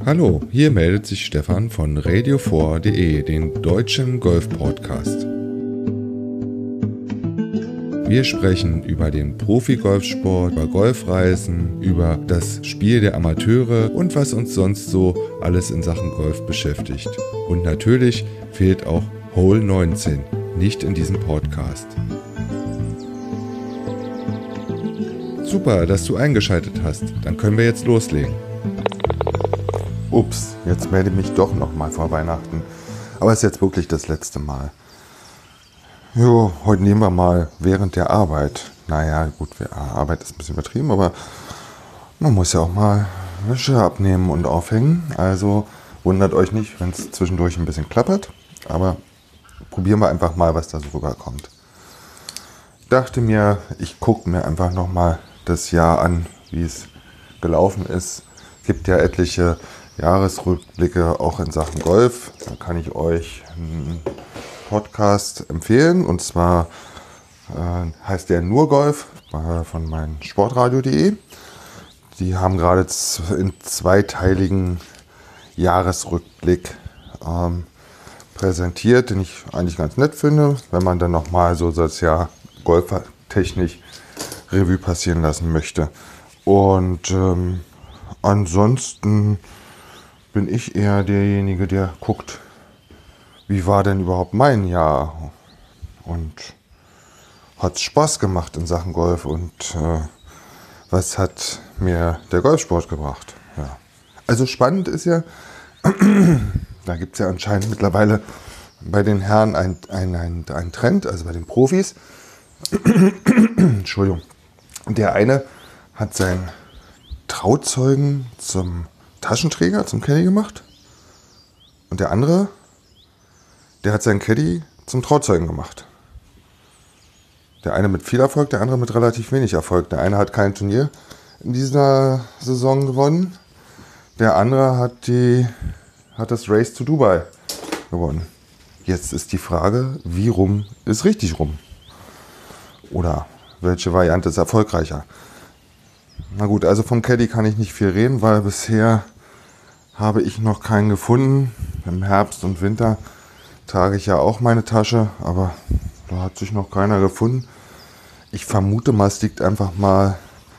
Hallo, hier meldet sich Stefan von radio4.de, den deutschen Golf-Podcast. Wir sprechen über den Profi-Golfsport, über Golfreisen, über das Spiel der Amateure und was uns sonst so alles in Sachen Golf beschäftigt. Und natürlich fehlt auch Hole 19 nicht in diesem Podcast. Super, dass du eingeschaltet hast. Dann können wir jetzt loslegen. Ups, jetzt melde ich mich doch nochmal vor Weihnachten. Aber es ist jetzt wirklich das letzte Mal. Jo, heute nehmen wir mal während der Arbeit. Naja, gut, Arbeit ist ein bisschen übertrieben, aber man muss ja auch mal Wäsche abnehmen und aufhängen. Also wundert euch nicht, wenn es zwischendurch ein bisschen klappert. Aber probieren wir einfach mal, was da so rüberkommt. Dachte mir, ich gucke mir einfach nochmal das Jahr an, wie es gelaufen ist. Es gibt ja etliche Jahresrückblicke auch in Sachen Golf. Da kann ich euch einen Podcast empfehlen. Und zwar heißt der Nur Golf von meinsportradio.de. Die haben gerade in zweiteiligen Jahresrückblick präsentiert, den ich eigentlich ganz nett finde, wenn man dann nochmal so das Jahr golfertechnisch Revue passieren lassen möchte. Und ansonsten bin ich eher derjenige, der guckt, wie war denn überhaupt mein Jahr und hat es Spaß gemacht in Sachen Golf und was hat mir der Golfsport gebracht. Ja. Also spannend ist ja, da gibt es ja anscheinend mittlerweile bei den Herren einen Trend, also bei den Profis. Entschuldigung. Der eine hat seinen Trauzeugen zum Taschenträger, zum Caddy gemacht. Und der andere, der hat seinen Caddy zum Trauzeugen gemacht. Der eine mit viel Erfolg, der andere mit relativ wenig Erfolg. Der eine hat kein Turnier in dieser Saison gewonnen. Der andere hat das Race to Dubai gewonnen. Jetzt ist die Frage, wie rum ist richtig rum? Oder welche Variante ist erfolgreicher? Na gut, also vom Caddy kann ich nicht viel reden, weil bisher habe ich noch keinen gefunden. Im Herbst und Winter trage ich ja auch meine Tasche, aber da hat sich noch keiner gefunden. Ich vermute mal, es liegt einfach mal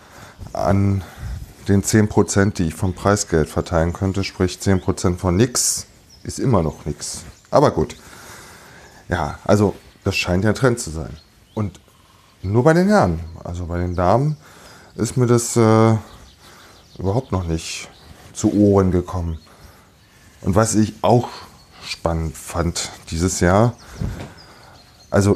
an den 10%, die ich vom Preisgeld verteilen könnte. Sprich 10% von nix ist immer noch nix. Aber gut. Ja, also das scheint ja ein Trend zu sein. Und nur bei den Herren, also bei den Damen ist mir das überhaupt noch nicht zu Ohren gekommen. Und was ich auch spannend fand dieses Jahr, also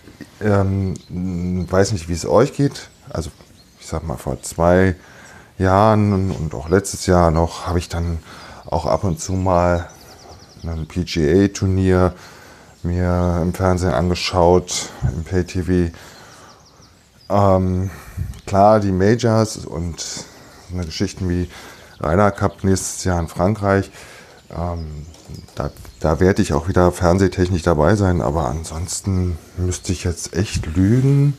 weiß nicht, wie es euch geht, also ich sag mal vor 2 Jahren und auch letztes Jahr noch, habe ich dann auch ab und zu mal ein PGA-Turnier mir im Fernsehen angeschaut, im Pay-TV. Klar, die Majors und so eine Geschichten wie Ryder Cup nächstes Jahr in Frankreich, da werde ich auch wieder fernsehtechnisch dabei sein, aber ansonsten müsste ich jetzt echt lügen.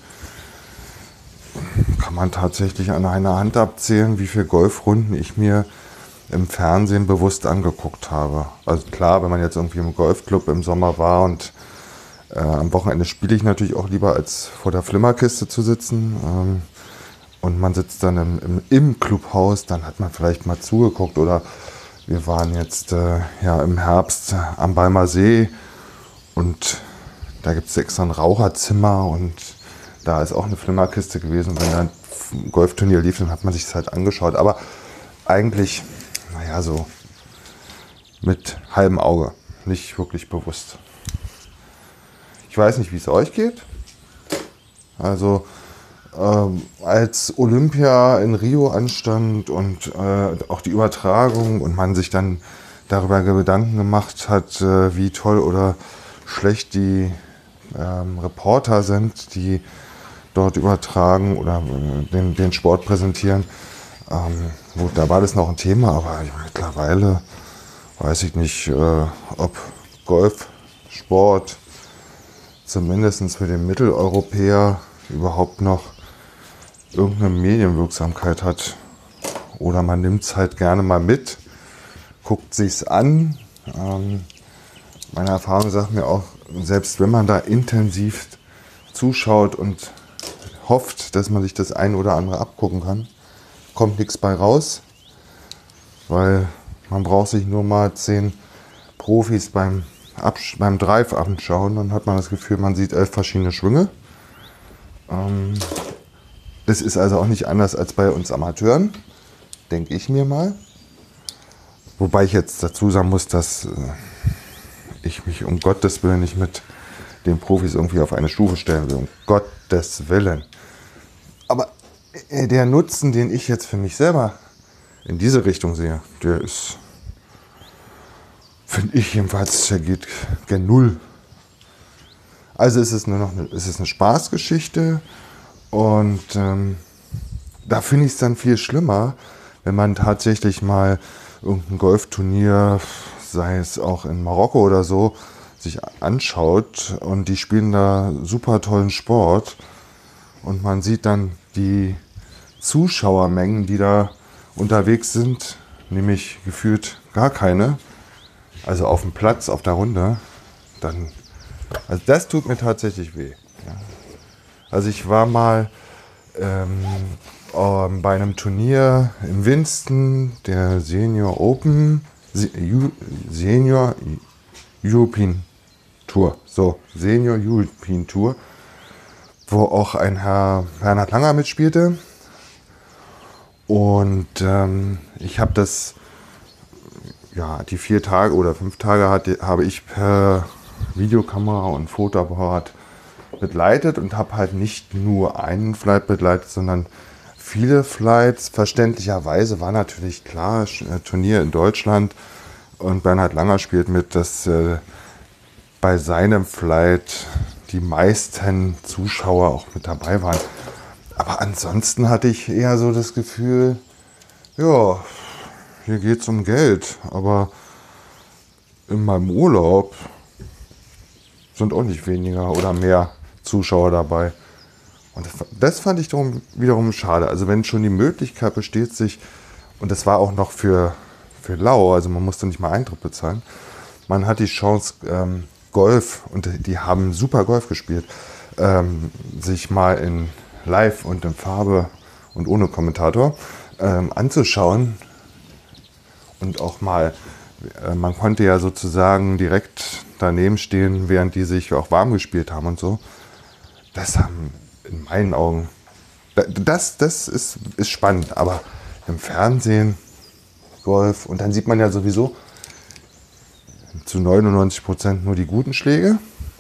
Kann man tatsächlich an einer Hand abzählen, wie viele Golfrunden ich mir im Fernsehen bewusst angeguckt habe. Also klar, wenn man jetzt irgendwie im Golfclub im Sommer war und am Wochenende spiele ich natürlich auch lieber, als vor der Flimmerkiste zu sitzen. Und man sitzt dann im Clubhaus, dann hat man vielleicht mal zugeguckt. Oder wir waren jetzt im Herbst am Balmer See und da gibt es extra ein Raucherzimmer und da ist auch eine Flimmerkiste gewesen. Und wenn da ein Golfturnier lief, dann hat man sich das halt angeschaut. Aber eigentlich, so mit halbem Auge, nicht wirklich bewusst. Ich weiß nicht, wie es euch geht. Also als Olympia in Rio anstand und auch die Übertragung und man sich dann darüber Gedanken gemacht hat, wie toll oder schlecht die Reporter sind, die dort übertragen oder den Sport präsentieren. Gut, da war das noch ein Thema, aber mittlerweile weiß ich nicht, ob Golfsport zumindest für den Mitteleuropäer überhaupt noch irgendeine Medienwirksamkeit hat. Oder man nimmt es halt gerne mal mit guckt sich's an. Meine Erfahrung sagt mir auch, selbst wenn man da intensiv zuschaut und hofft, dass man sich das ein oder andere abgucken kann, kommt nichts bei raus, weil man braucht sich nur mal 10 Profis beim Drive anschauen, dann hat man das Gefühl, man sieht 11 verschiedene Schwünge. Das ist also auch nicht anders als bei uns Amateuren, denke ich mir mal. Wobei ich jetzt dazu sagen muss, dass ich mich um Gottes Willen nicht mit den Profis irgendwie auf eine Stufe stellen will. Um Gottes Willen. Aber der Nutzen, den ich jetzt für mich selber in diese Richtung sehe, der ist, finde ich jedenfalls, der geht gen Null. Also ist es nur noch eine Spaßgeschichte und da finde ich es dann viel schlimmer, wenn man tatsächlich mal irgendein Golfturnier, sei es auch in Marokko oder so, sich anschaut und die spielen da super tollen Sport und man sieht dann die Zuschauermengen, die da unterwegs sind, nämlich gefühlt gar keine, also auf dem Platz, auf der Runde, dann, also das tut mir tatsächlich weh. Ja. Also ich war mal bei einem Turnier in Winston, der Senior Open, Senior European Tour, so, Senior European Tour, wo auch ein Herr Bernhard Langer mitspielte. Und ich habe das, ja, die 4 Tage oder 5 Tage habe ich per Videokamera und Fotoapparat begleitet und habe halt nicht nur einen Flight begleitet, sondern viele Flights. Verständlicherweise war natürlich klar, Turnier in Deutschland und Bernhard Langer spielt mit, dass bei seinem Flight die meisten Zuschauer auch mit dabei waren. Aber ansonsten hatte ich eher so das Gefühl, ja, hier geht es um Geld, aber in meinem Urlaub sind auch nicht weniger oder mehr Zuschauer dabei. Und das fand ich wiederum schade. Also wenn schon die Möglichkeit besteht, und das war auch noch für lau, also man musste nicht mal Eintritt bezahlen, man hat die Chance, Golf, und die haben super Golf gespielt, sich mal in live und in Farbe und ohne Kommentator anzuschauen. Und auch mal, man konnte ja sozusagen direkt daneben stehen, während die sich auch warm gespielt haben und so. Das haben in meinen Augen, das ist spannend, aber im Fernsehen, Golf, und dann sieht man ja sowieso zu 99% nur die guten Schläge.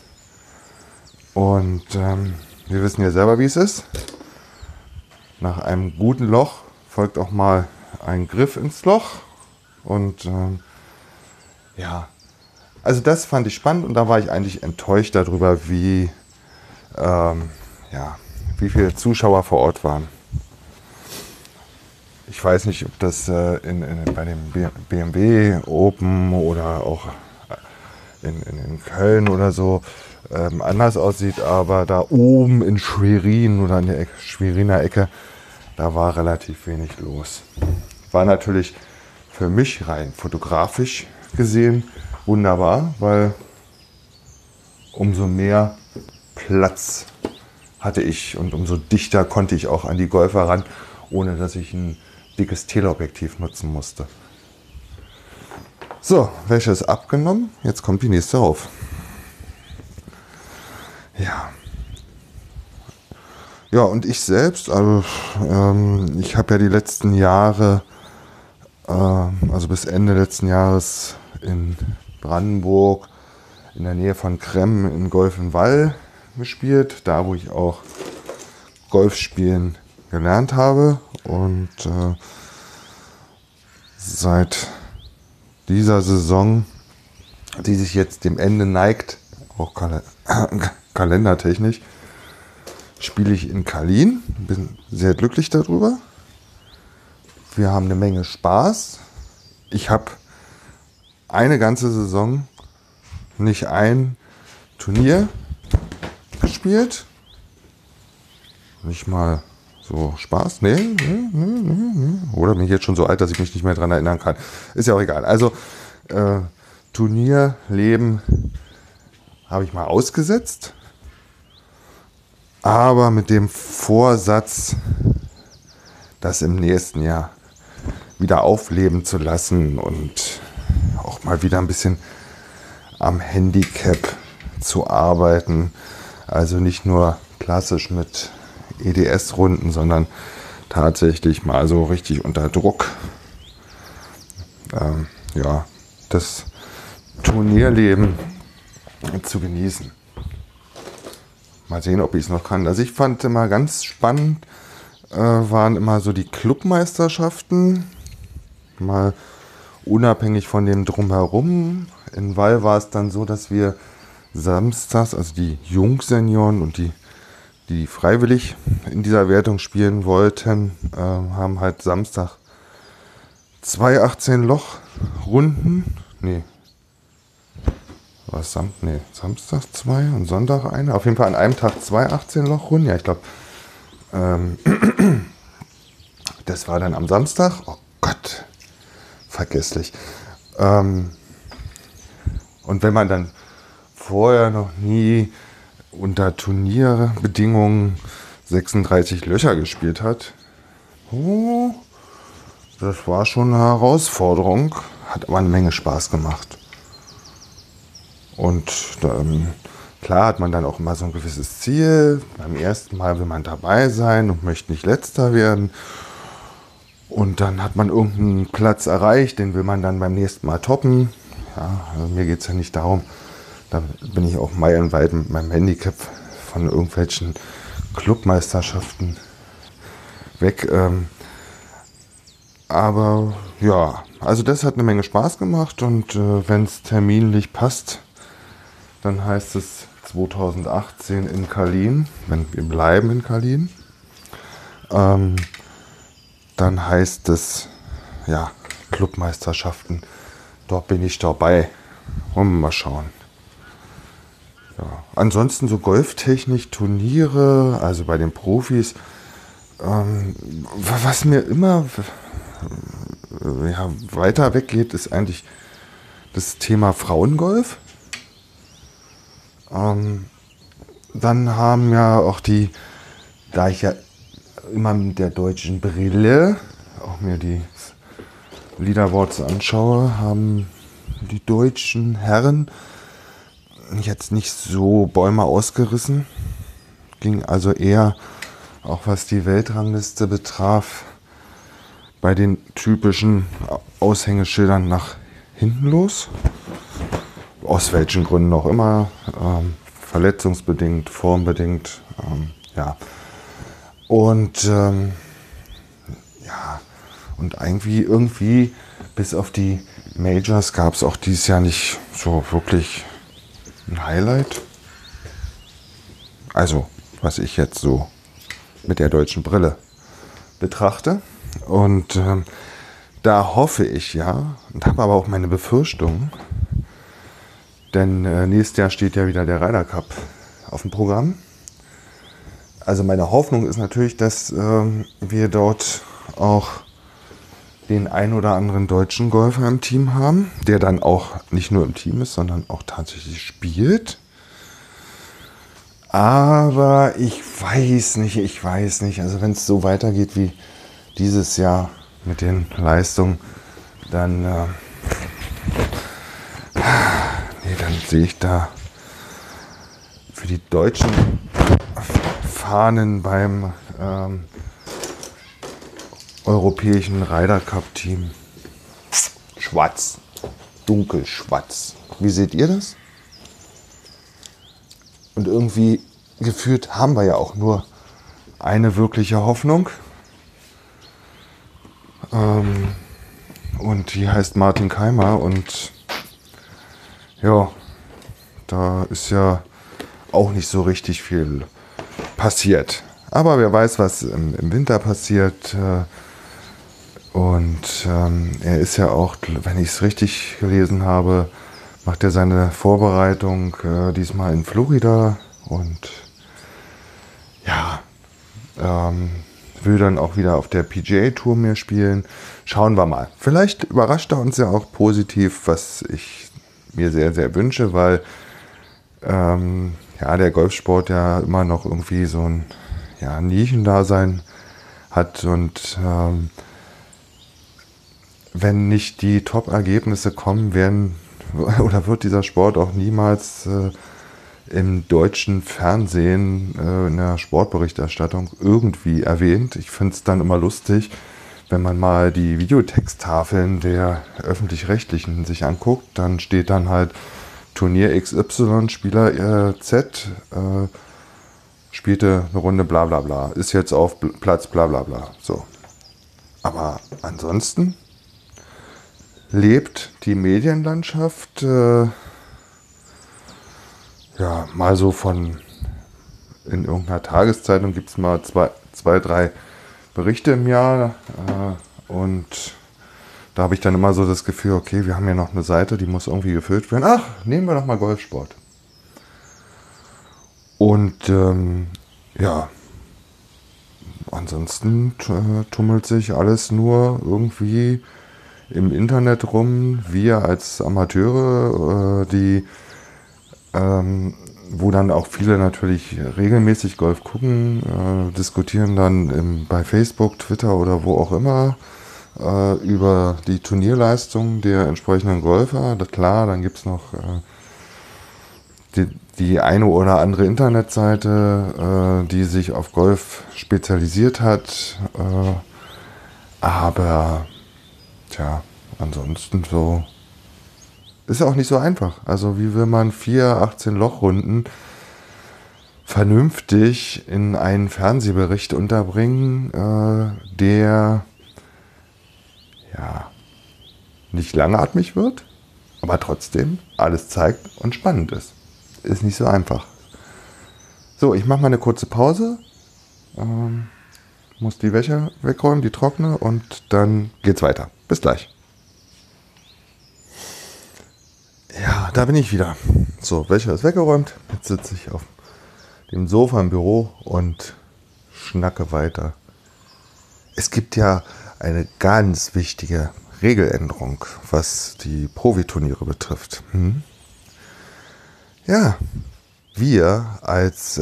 Und wir wissen ja selber, wie es ist. Nach einem guten Loch folgt auch mal ein Griff ins Loch. Und ja, also das fand ich spannend und da war ich eigentlich enttäuscht darüber, wie viele Zuschauer vor Ort waren. Ich weiß nicht, ob das bei dem BMW Open oder auch in Köln oder so anders aussieht, aber da oben in Schwerin oder in der Schweriner Ecke, da war relativ wenig los. War natürlich für mich rein fotografisch gesehen wunderbar, weil umso mehr Platz hatte ich und umso dichter konnte ich auch an die Golfer ran, ohne dass ich ein dickes Teleobjektiv nutzen musste. So, welche ist abgenommen? Jetzt kommt die nächste rauf. Ja. Ja, und ich selbst, also ich habe ja die letzten Jahre, also bis Ende letzten Jahres in Brandenburg, in der Nähe von Kremm in Golfenwall gespielt, da wo ich auch Golf spielen gelernt habe. Und seit dieser Saison, die sich jetzt dem Ende neigt, auch kalendertechnisch, spiele ich in Kalin. Bin sehr glücklich darüber. Wir haben eine Menge Spaß. Ich habe eine ganze Saison nicht ein Turnier gespielt. Nicht mal so Spaß. Nee. Oder bin ich jetzt schon so alt, dass ich mich nicht mehr dran erinnern kann. Ist ja auch egal. Also Turnierleben habe ich mal ausgesetzt. Aber mit dem Vorsatz, das im nächsten Jahr wieder aufleben zu lassen und auch mal wieder ein bisschen am Handicap zu arbeiten. Also nicht nur klassisch mit EDS-Runden, sondern tatsächlich mal so richtig unter Druck. Das Turnierleben zu genießen. Mal sehen, ob ich es noch kann. Also ich fand immer ganz spannend, waren immer so die Clubmeisterschaften. Mal unabhängig von dem Drumherum. In Wall war es dann so, dass wir samstags, also die Jungsenioren und die freiwillig in dieser Wertung spielen wollten, haben halt Samstag 2 18-Loch-Runden. Samstag 2 und Sonntag eine. Auf jeden Fall an einem Tag 2 18-Loch-Runden. Ja, ich glaube, das war dann am Samstag. Oh Gott, vergesslich. Und wenn man dann vorher noch nie unter Turnierbedingungen 36 Löcher gespielt hat, das war schon eine Herausforderung, hat aber eine Menge Spaß gemacht. Und klar hat man dann auch immer so ein gewisses Ziel. Beim ersten Mal will man dabei sein und möchte nicht Letzter werden. Und dann hat man irgendeinen Platz erreicht, den will man dann beim nächsten Mal toppen. Ja, also mir geht es ja nicht darum, da bin ich auch meilenweit mit meinem Handicap von irgendwelchen Clubmeisterschaften weg. Aber ja, also das hat eine Menge Spaß gemacht und wenn es terminlich passt, dann heißt es 2018 in Kalin, wenn wir bleiben in Kalin, dann heißt es, ja, Clubmeisterschaften, dort bin ich dabei. Wollen wir mal schauen. Ja. Ansonsten so Golftechnik, Turniere, also bei den Profis, was mir immer weiter weggeht, ist eigentlich das Thema Frauengolf. Dann haben ja auch da ich ja immer mit der deutschen Brille auch mir die Leaderboards anschaue, haben die deutschen Herren jetzt nicht so Bäume ausgerissen. Ging also eher, auch was die Weltrangliste betraf, bei den typischen Aushängeschildern nach hinten los. Aus welchen Gründen auch immer. Verletzungsbedingt, formbedingt. Ja. Und und irgendwie bis auf die Majors gab es auch dieses Jahr nicht so wirklich ein Highlight. Also, was ich jetzt so mit der deutschen Brille betrachte. Und da hoffe ich ja, und habe aber auch meine Befürchtungen, denn nächstes Jahr steht ja wieder der Ryder Cup auf dem Programm. Also meine Hoffnung ist natürlich, dass wir dort auch den ein oder anderen deutschen Golfer im Team haben, der dann auch nicht nur im Team ist, sondern auch tatsächlich spielt. Aber ich weiß nicht. Also wenn es so weitergeht wie dieses Jahr mit den Leistungen, dann, dann sehe ich da für die deutschen Fahnen beim europäischen Ryder Cup Team schwarz, dunkelschwarz. Wie seht ihr das? Und irgendwie gefühlt haben wir ja auch nur eine wirkliche Hoffnung. Und die heißt Martin Kaymer. Und ja, da ist ja auch nicht so richtig viel passiert. Aber wer weiß, was im Winter passiert. Und er ist ja auch, wenn ich es richtig gelesen habe, macht er seine Vorbereitung diesmal in Florida. Und ja, will dann auch wieder auf der PGA Tour mehr spielen. Schauen wir mal. Vielleicht überrascht er uns ja auch positiv, was ich mir sehr, sehr wünsche, weil der Golfsport ja immer noch irgendwie so ein Nischendasein hat und wenn nicht die Top-Ergebnisse kommen, wird dieser Sport auch niemals im deutschen Fernsehen in der Sportberichterstattung irgendwie erwähnt. Ich finde es dann immer lustig, wenn man mal die Videotexttafeln der Öffentlich-Rechtlichen sich anguckt, dann steht dann halt Turnier XY, Spieler Z, spielte eine Runde bla bla bla, ist jetzt auf Platz bla bla bla. So. Aber ansonsten lebt die Medienlandschaft mal so von, in irgendeiner Tageszeitung gibt es mal zwei, drei Berichte im Jahr und da habe ich dann immer so das Gefühl, okay, wir haben ja noch eine Seite, die muss irgendwie gefüllt werden. Ach, nehmen wir doch mal Golfsport. Und ansonsten tummelt sich alles nur irgendwie im Internet rum. Wir als Amateure, wo dann auch viele natürlich regelmäßig Golf gucken, diskutieren dann bei Facebook, Twitter oder wo auch immer über die Turnierleistung der entsprechenden Golfer. Klar, dann gibt es noch die eine oder andere Internetseite, die sich auf Golf spezialisiert hat. Aber ansonsten so ist ja auch nicht so einfach. Also wie will man 4 18-Loch-Runden vernünftig in einen Fernsehbericht unterbringen, der nicht langatmig wird, aber trotzdem alles zeigt und spannend ist. Ist nicht so einfach. So, ich mache mal eine kurze Pause. Muss die Wäsche wegräumen, die trockene, und dann geht's weiter. Bis gleich. Ja, da bin ich wieder. So, Wäsche ist weggeräumt. Jetzt sitze ich auf dem Sofa im Büro und schnacke weiter. Es gibt ja eine ganz wichtige Regeländerung, was die Profiturniere betrifft. Ja, wir als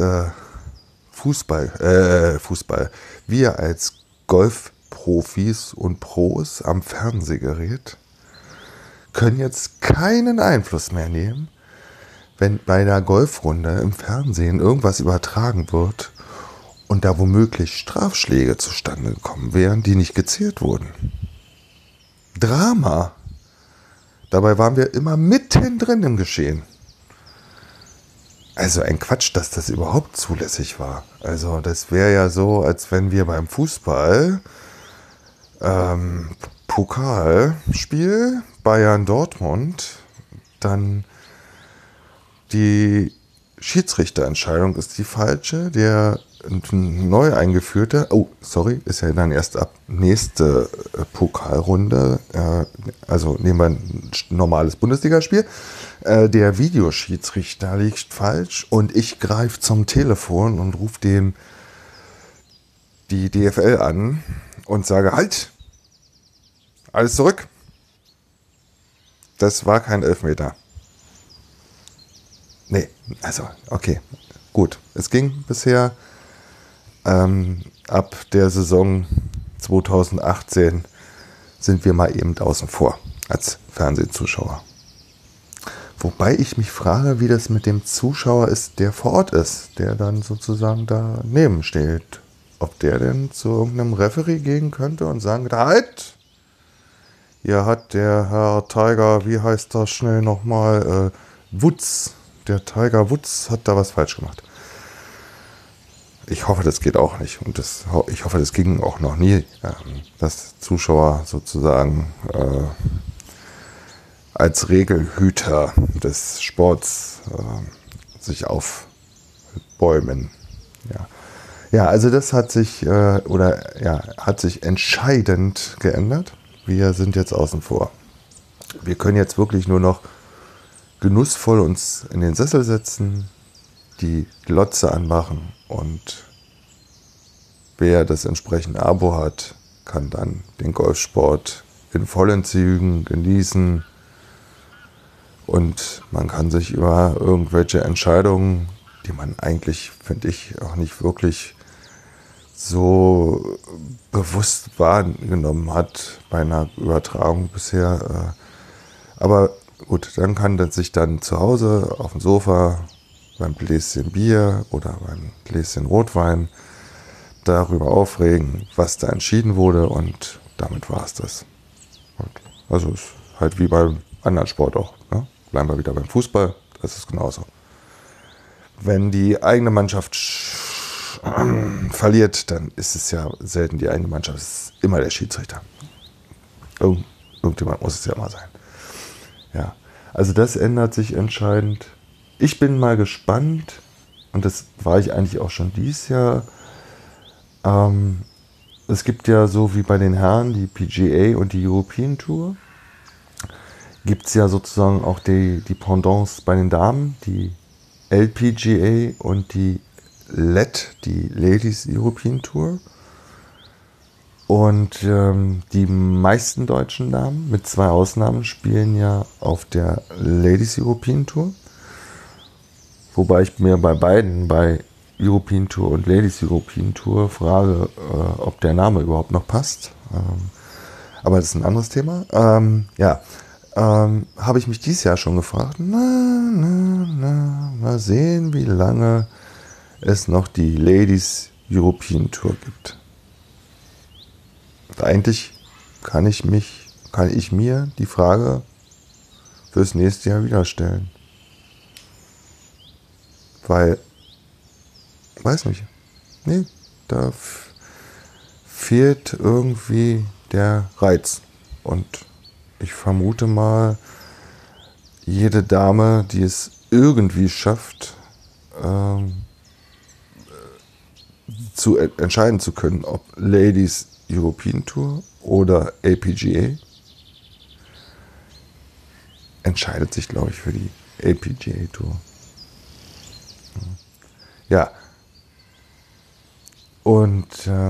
wir als Golfprofis und Pros am Fernsehgerät können jetzt keinen Einfluss mehr nehmen, wenn bei einer Golfrunde im Fernsehen irgendwas übertragen wird und da womöglich Strafschläge zustande gekommen wären, die nicht gezählt wurden. Drama. Dabei waren wir immer mittendrin im Geschehen. Also ein Quatsch, dass das überhaupt zulässig war. Also das wäre ja so, als wenn wir beim Fußball Pokalspiel Bayern-Dortmund dann die Schiedsrichterentscheidung ist die falsche, der neu eingeführte, ist ja dann erst ab nächste Pokalrunde, also nehmen wir ein normales Bundesligaspiel, der Videoschiedsrichter liegt falsch und ich greife zum Telefon und rufe die DFL an und sage, halt, alles zurück. Das war kein Elfmeter. Nee, also, okay, gut. Es ging bisher ab der Saison 2018 sind wir mal eben außen vor als Fernsehzuschauer. Wobei ich mich frage, wie das mit dem Zuschauer ist, der vor Ort ist, der dann sozusagen daneben steht. Ob der denn zu irgendeinem Referee gehen könnte und sagen, halt! Hier hat der Herr Tiger, wie heißt das schnell nochmal, Woods. Der Tiger Woods hat da was falsch gemacht. Ich hoffe, das geht auch nicht. Und ich hoffe, das ging auch noch nie, dass Zuschauer sozusagen als Regelhüter des Sports sich aufbäumen. Ja, also das hat sich hat sich entscheidend geändert. Wir sind jetzt außen vor. Wir können jetzt wirklich nur noch genussvoll uns in den Sessel setzen, die Glotze anmachen und wer das entsprechende Abo hat, kann dann den Golfsport in vollen Zügen genießen. Und man kann sich über irgendwelche Entscheidungen, die man eigentlich, finde ich, auch nicht wirklich so bewusst wahrgenommen hat bei einer Übertragung bisher. Aber gut, dann kann man sich dann zu Hause auf dem Sofa beim Gläschen Bier oder beim Gläschen Rotwein darüber aufregen, was da entschieden wurde, und damit war es das. Also ist halt wie beim anderen Sport auch. Ne? Bleiben wir wieder beim Fußball, das ist genauso. Wenn die eigene Mannschaft verliert, dann ist es ja selten die eigene Mannschaft, es ist immer der Schiedsrichter. Irgendjemand muss es ja immer sein. Ja, also das ändert sich entscheidend. Ich bin mal gespannt, und das war ich eigentlich auch schon dieses Jahr. Es gibt ja so wie bei den Herren die PGA und die European Tour. Gibt es ja sozusagen auch die Pendants bei den Damen, die LPGA und die LED, die Ladies European Tour. Und die meisten deutschen Damen, mit 2 Ausnahmen, spielen ja auf der Ladies European Tour. Wobei ich mir bei beiden, bei European Tour und Ladies European Tour, frage, ob der Name überhaupt noch passt. Aber das ist ein anderes Thema. Habe ich mich dieses Jahr schon gefragt. Mal sehen, wie lange es noch die Ladies European Tour gibt. Eigentlich kann ich mir die Frage fürs nächste Jahr wieder stellen. Weil, weiß nicht, nee, da fehlt irgendwie der Reiz. Und ich vermute mal, jede Dame, die es irgendwie schafft, entscheiden zu können, ob Ladies European Tour oder LPGA, entscheidet sich, glaube ich, für die LPGA Tour. Ja. Und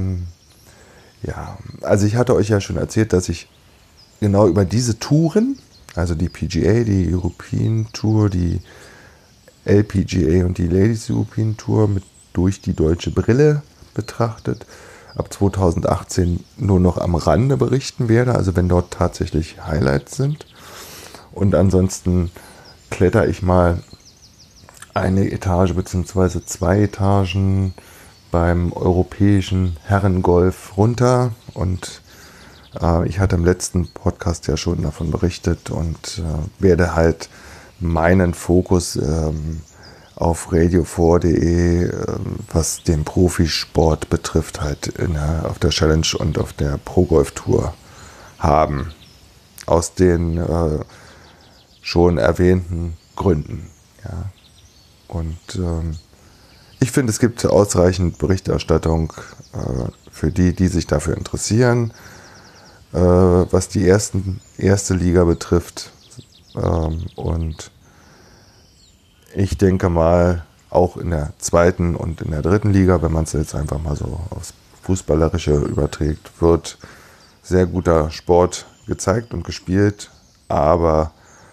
also ich hatte euch ja schon erzählt, dass ich genau über diese Touren, also die PGA, die European Tour, die LPGA und die Ladies European Tour durch die deutsche Brille betrachtet, ab 2018 nur noch am Rande berichten werde, also wenn dort tatsächlich Highlights sind. Und ansonsten kletter ich mal eine Etage bzw. 2 Etagen beim europäischen Herrengolf runter, und ich hatte im letzten Podcast ja schon davon berichtet und werde halt meinen Fokus auf radio4.de, was den Profisport betrifft, halt auf der Challenge und auf der Pro Golf Tour haben. Aus den schon erwähnten Gründen. Ja. Und ich finde, es gibt ausreichend Berichterstattung für die sich dafür interessieren, was die erste Liga betrifft. Und ich denke mal, auch in der 2. und in der 3. Liga, wenn man es jetzt einfach mal so aufs Fußballerische überträgt, wird sehr guter Sport gezeigt und gespielt, aber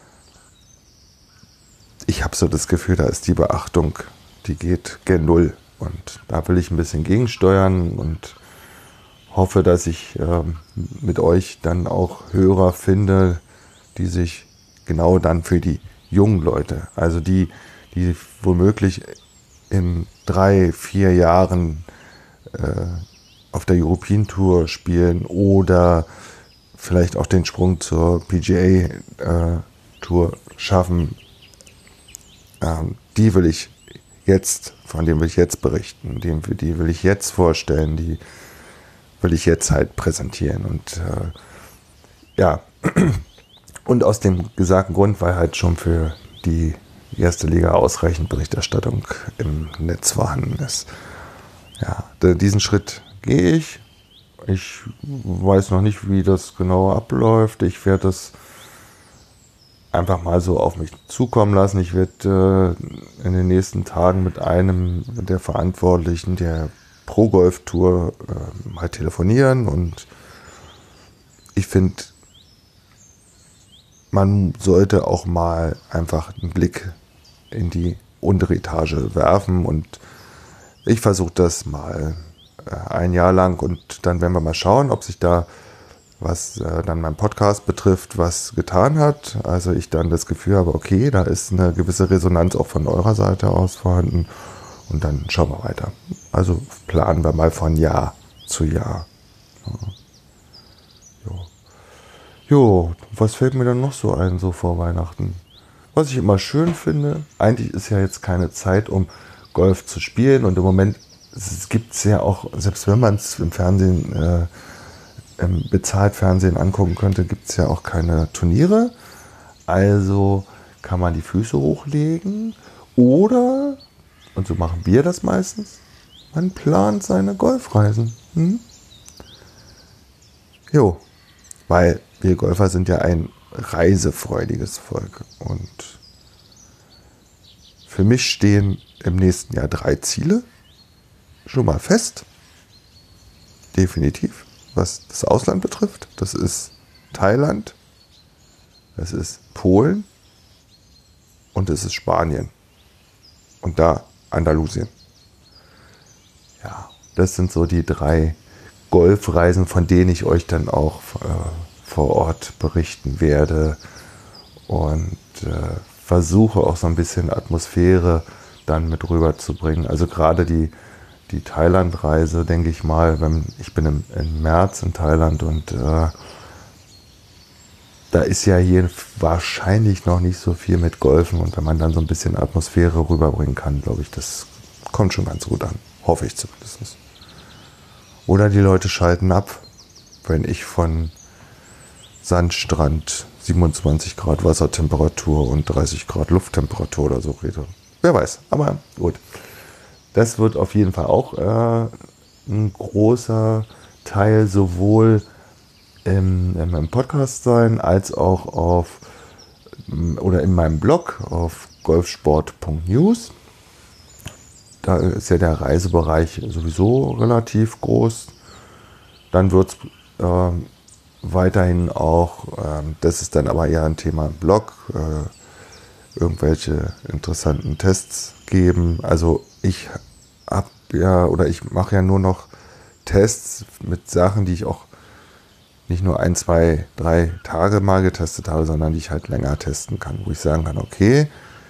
ich habe so das Gefühl, da ist die Beachtung, die geht gen Null. Und da will ich ein bisschen gegensteuern und hoffe, dass ich mit euch dann auch Hörer finde, die sich genau dann für die jungen Leute, also die womöglich in 3-4 Jahren auf der European Tour spielen oder vielleicht auch den Sprung zur PGA Tour schaffen, die will ich jetzt, von denen will ich jetzt berichten, die will ich jetzt vorstellen, die will ich jetzt halt präsentieren. Und und aus dem gesagten Grund, weil halt schon für die erste Liga ausreichend Berichterstattung im Netz vorhanden ist. Ja, diesen Schritt gehe ich. Ich weiß noch nicht, wie das genau abläuft. Ich werde das einfach mal so auf mich zukommen lassen. Ich werde in den nächsten Tagen mit einem der Verantwortlichen der Pro-Golf-Tour mal telefonieren. Und ich finde, man sollte auch mal einfach einen Blick in die untere Etage werfen. Und ich versuche das mal ein Jahr lang. Und dann werden wir mal schauen, ob sich da, was dann meinen Podcast betrifft, was getan hat. Also ich dann das Gefühl habe, okay, da ist eine gewisse Resonanz auch von eurer Seite aus vorhanden. Und dann schauen wir weiter. Also planen wir mal von Jahr zu Jahr. Jo, was fällt mir dann noch so ein, so vor Weihnachten? Was ich immer schön finde, eigentlich ist ja jetzt keine Zeit, um Golf zu spielen. Und im Moment gibt es ja auch, selbst wenn man es im Fernsehen, im Bezahltfernsehen angucken könnte, gibt es ja auch keine Turniere. Also kann man die Füße hochlegen oder, und so machen wir das meistens, man plant seine Golfreisen. Jo, weil wir Golfer sind ja ein reisefreudiges Volk. Und für mich stehen im nächsten Jahr 3 Ziele schon mal fest. Definitiv, was das Ausland betrifft. Das ist Thailand, das ist Polen und es ist Spanien. Und da Andalusien. Ja, das sind so die 3 Golfreisen, von denen ich euch dann auch vor Ort berichten werde und versuche auch so ein bisschen Atmosphäre dann mit rüberzubringen. Also gerade die Thailand-Reise, denke ich mal, ich bin im März in Thailand und da ist ja hier wahrscheinlich noch nicht so viel mit Golfen und wenn man dann so ein bisschen Atmosphäre rüberbringen kann, glaube ich, das kommt schon ganz gut an. Hoffe ich zumindest. Oder die Leute schalten ab, wenn ich von Sandstrand, 27 Grad Wassertemperatur und 30 Grad Lufttemperatur oder so rede. Wer weiß, aber gut. Das wird auf jeden Fall auch ein großer Teil sowohl im Podcast sein, als auch in meinem Blog auf golfsport.news. Da ist ja der Reisebereich sowieso relativ groß. Dann wird es weiterhin auch, das ist dann aber eher ein Thema im Blog, irgendwelche interessanten Tests geben. Also ich mache ja nur noch Tests mit Sachen, die ich auch nicht nur 1, 2, 3 Tage mal getestet habe, sondern die ich halt länger testen kann, wo ich sagen kann, okay,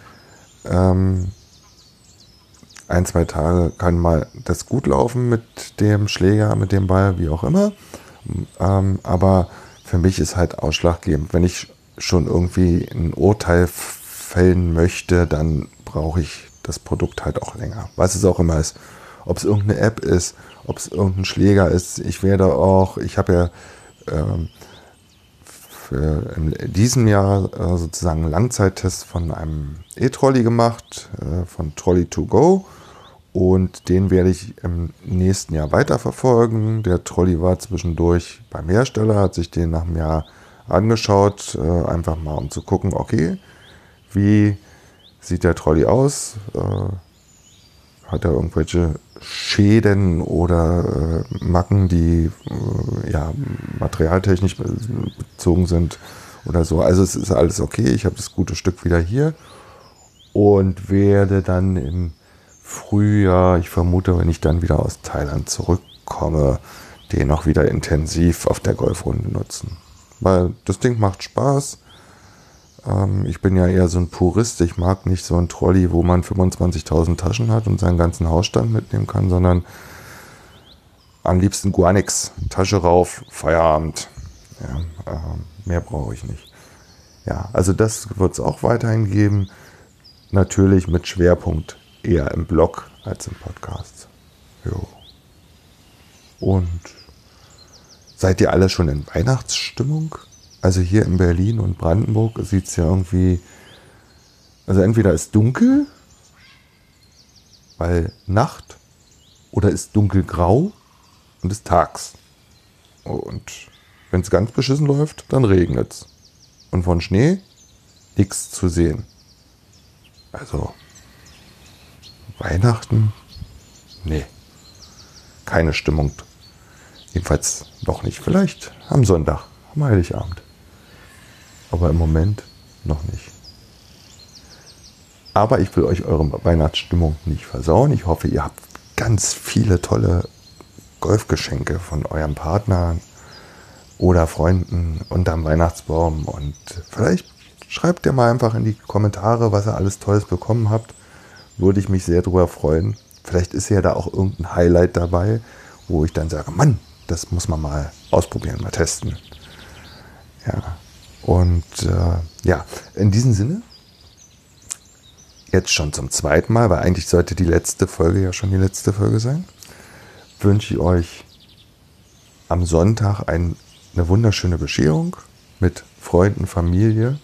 1, 2 Tage kann mal das gut laufen mit dem Schläger, mit dem Ball, wie auch immer. Aber für mich ist halt ausschlaggebend, wenn ich schon irgendwie ein Urteil fällen möchte, dann brauche ich das Produkt halt auch länger. Was es auch immer ist. Ob es irgendeine App ist, ob es irgendein Schläger ist. Ich habe ja in diesem Jahr sozusagen einen Langzeittest von einem E-Trolley gemacht, von Trolley2Go. Und den werde ich im nächsten Jahr weiterverfolgen. Der Trolley war zwischendurch beim Hersteller, hat sich den nach einem Jahr angeschaut, einfach mal um zu gucken, okay, wie sieht der Trolley aus? Hat er irgendwelche Schäden oder Macken, die materialtechnisch bezogen sind oder so. Also es ist alles okay, ich habe das gute Stück wieder hier und werde dann im Frühjahr, ich vermute, wenn ich dann wieder aus Thailand zurückkomme, den auch wieder intensiv auf der Golfrunde nutzen. Weil das Ding macht Spaß. Ich bin ja eher so ein Purist. Ich mag nicht so ein Trolley, wo man 25.000 Taschen hat und seinen ganzen Hausstand mitnehmen kann, sondern am liebsten gar nichts. Tasche rauf, Feierabend. Ja, mehr brauche ich nicht. Ja, also das wird es auch weiterhin geben. Natürlich mit Schwerpunkt eher im Blog als im Podcast. Jo. Und seid ihr alle schon in Weihnachtsstimmung? Also hier in Berlin und Brandenburg sieht es ja irgendwie, also entweder ist dunkel, weil Nacht, oder ist dunkelgrau und ist tags. Und wenn es ganz beschissen läuft, dann regnet es. Und von Schnee nichts zu sehen. Also Weihnachten? Nee. keine Stimmung. Jedenfalls noch nicht. Vielleicht am Sonntag, am Heiligabend. Aber im Moment noch nicht. Aber ich will euch eure Weihnachtsstimmung nicht versauen. Ich hoffe, ihr habt ganz viele tolle Golfgeschenke von eurem Partner oder Freunden unterm Weihnachtsbaum. Und vielleicht schreibt ihr mal einfach in die Kommentare, was ihr alles Tolles bekommen habt. Würde ich mich sehr darüber freuen. Vielleicht ist ja da auch irgendein Highlight dabei, wo ich dann sage, Mann, das muss man mal ausprobieren, mal testen. Ja, und in diesem Sinne, jetzt schon zum zweiten Mal, weil eigentlich sollte die letzte Folge ja schon die letzte Folge sein, wünsche ich euch am Sonntag eine wunderschöne Bescherung mit Freunden, Familie,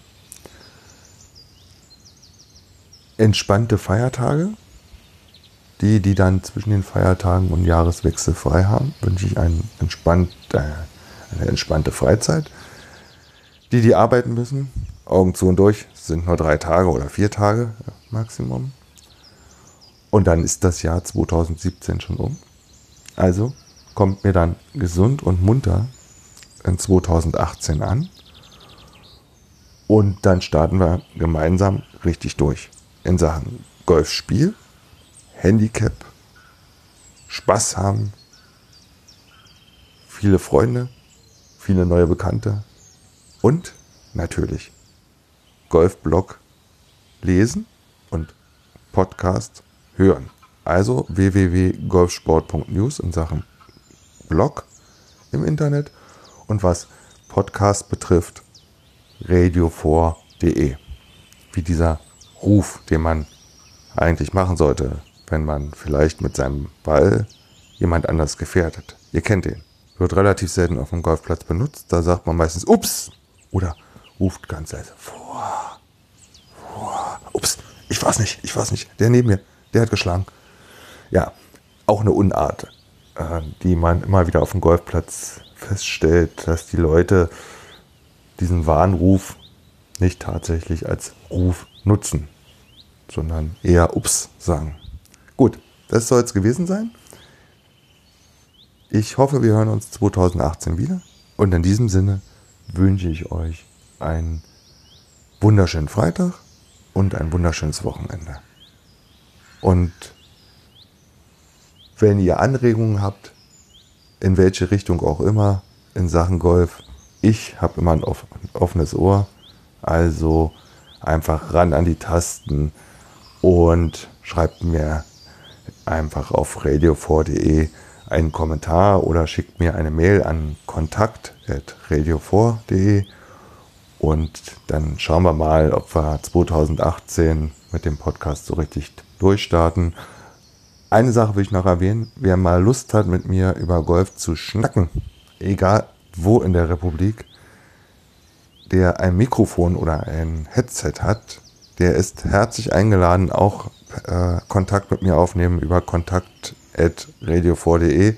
entspannte Feiertage. Die dann zwischen den Feiertagen und Jahreswechsel frei haben, wünsche ich eine entspannte Freizeit. Die arbeiten müssen, Augen zu und durch, sind nur 3 Tage oder 4 Tage Maximum. Und dann ist das Jahr 2017 schon um. Also kommt mir dann gesund und munter in 2018 an. Und dann starten wir gemeinsam richtig durch in Sachen Golfspiel, Handicap, Spaß haben, viele Freunde, viele neue Bekannte und natürlich Golfblog lesen und Podcast hören. Also www.golfsport.news in Sachen Blog im Internet und was Podcast betrifft, radio4.de. Wie dieser Ruf, den man eigentlich machen sollte, wenn man vielleicht mit seinem Ball jemand anders gefährdet. Ihr kennt den. Wird relativ selten auf dem Golfplatz benutzt. Da sagt man meistens Ups oder ruft ganz leise vor. Ups, ich weiß nicht. Der neben mir, der hat geschlagen. Ja, auch eine Unart, die man immer wieder auf dem Golfplatz feststellt, dass die Leute diesen Warnruf nicht tatsächlich als Ruf nutzen, sondern eher Ups sagen. Gut, das soll es gewesen sein. Ich hoffe, wir hören uns 2018 wieder. Und in diesem Sinne wünsche ich euch einen wunderschönen Freitag und ein wunderschönes Wochenende. Und wenn ihr Anregungen habt, in welche Richtung auch immer, in Sachen Golf, ich habe immer ein offenes Ohr. Also einfach ran an die Tasten und schreibt mir einfach auf radio4.de einen Kommentar oder schickt mir eine Mail an kontakt@radio4.de und dann schauen wir mal, ob wir 2018 mit dem Podcast so richtig durchstarten. Eine Sache will ich noch erwähnen, wer mal Lust hat, mit mir über Golf zu schnacken, egal wo in der Republik, der ein Mikrofon oder ein Headset hat, der ist herzlich eingeladen, auch Kontakt mit mir aufnehmen über kontakt@radio4.de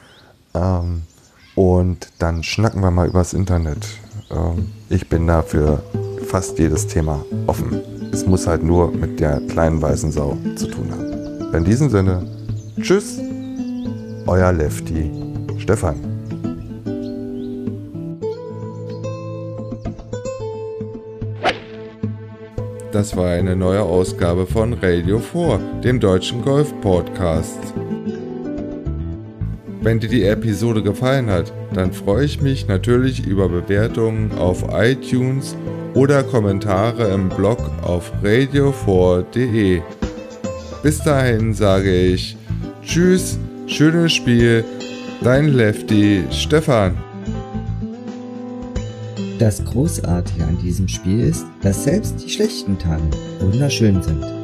und dann schnacken wir mal übers Internet. Ich bin da für fast jedes Thema offen. Es muss halt nur mit der kleinen weißen Sau zu tun haben. In diesem Sinne, tschüss, euer Lefty Stefan. Das war eine neue Ausgabe von Radio 4, dem deutschen Golf-Podcast. Wenn dir die Episode gefallen hat, dann freue ich mich natürlich über Bewertungen auf iTunes oder Kommentare im Blog auf radio4.de. Bis dahin sage ich Tschüss, schönes Spiel, dein Lefty Stefan. Das Großartige an diesem Spiel ist, dass selbst die schlechten Tage wunderschön sind.